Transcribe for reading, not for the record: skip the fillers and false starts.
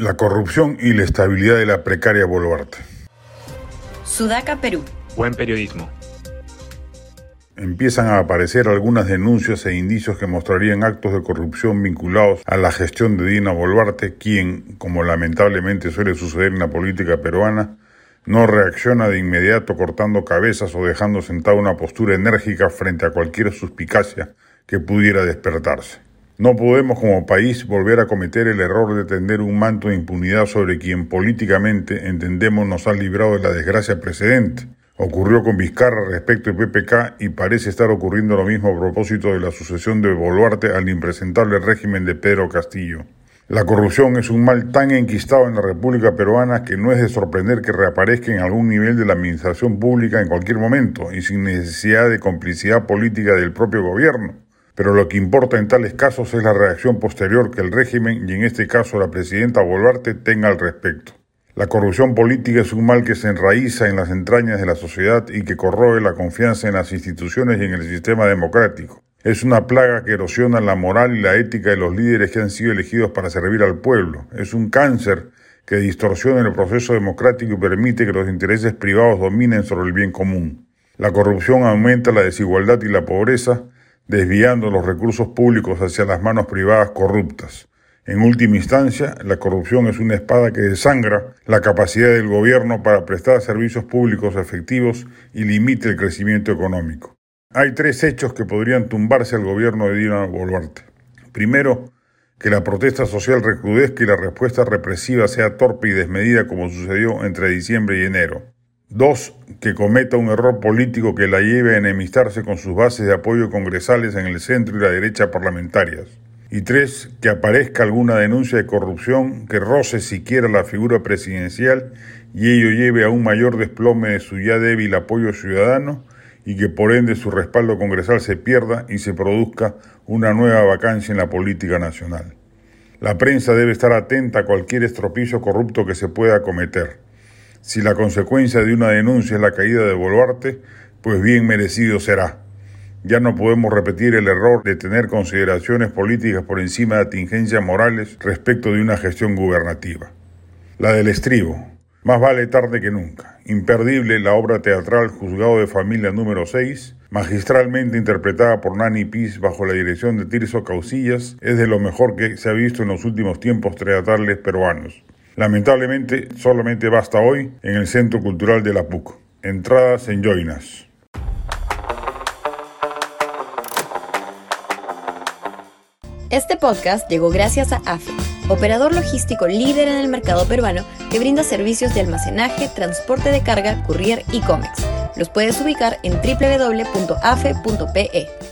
La corrupción y la estabilidad de la precaria Boluarte. Sudaca, Perú. Buen periodismo. Empiezan a aparecer algunas denuncias e indicios que mostrarían actos de corrupción vinculados a la gestión de Dina Boluarte, quien, como lamentablemente suele suceder en la política peruana, no reacciona de inmediato cortando cabezas o dejando sentada una postura enérgica frente a cualquier suspicacia que pudiera despertarse. No podemos como país volver a cometer el error de tender un manto de impunidad sobre quien políticamente entendemos nos ha librado de la desgracia precedente. Ocurrió con Vizcarra respecto de PPK y parece estar ocurriendo lo mismo a propósito de la sucesión de Boluarte al impresentable régimen de Pedro Castillo. La corrupción es un mal tan enquistado en la República Peruana que no es de sorprender que reaparezca en algún nivel de la administración pública en cualquier momento y sin necesidad de complicidad política del propio gobierno. Pero lo que importa en tales casos es la reacción posterior que el régimen, y en este caso la presidenta Boluarte, tenga al respecto. La corrupción política es un mal que se enraiza en las entrañas de la sociedad y que corroe la confianza en las instituciones y en el sistema democrático. Es una plaga que erosiona la moral y la ética de los líderes que han sido elegidos para servir al pueblo. Es un cáncer que distorsiona el proceso democrático y permite que los intereses privados dominen sobre el bien común. La corrupción aumenta la desigualdad y la pobreza, desviando los recursos públicos hacia las manos privadas corruptas. En última instancia, la corrupción es una espada que desangra la capacidad del gobierno para prestar servicios públicos efectivos y limita el crecimiento económico. Hay 3 hechos que podrían tumbarse al gobierno de Dina Boluarte. Primero, que la protesta social recrudezca y la respuesta represiva sea torpe y desmedida como sucedió entre diciembre y enero. 2, que cometa un error político que la lleve a enemistarse con sus bases de apoyo congresales en el centro y la derecha parlamentarias. Y 3, que aparezca alguna denuncia de corrupción que roce siquiera la figura presidencial y ello lleve a un mayor desplome de su ya débil apoyo ciudadano y que por ende su respaldo congresal se pierda y se produzca una nueva vacancia en la política nacional. La prensa debe estar atenta a cualquier estropicio corrupto que se pueda cometer. Si la consecuencia de una denuncia es la caída de Boluarte, pues bien merecido será. Ya no podemos repetir el error de tener consideraciones políticas por encima de atingencias morales respecto de una gestión gubernativa. La del estribo. Más vale tarde que nunca. Imperdible la obra teatral Juzgado de Familia número 6, magistralmente interpretada por Nani Piz bajo la dirección de Tirso Causillas, es de lo mejor que se ha visto en los últimos tiempos teatrales peruanos. Lamentablemente, solamente basta hoy en el Centro Cultural de la PUC. Entradas en Joinas. Este podcast llegó gracias a AFE, operador logístico líder en el mercado peruano que brinda servicios de almacenaje, transporte de carga, courier y cómics. Los puedes ubicar en www.afe.pe.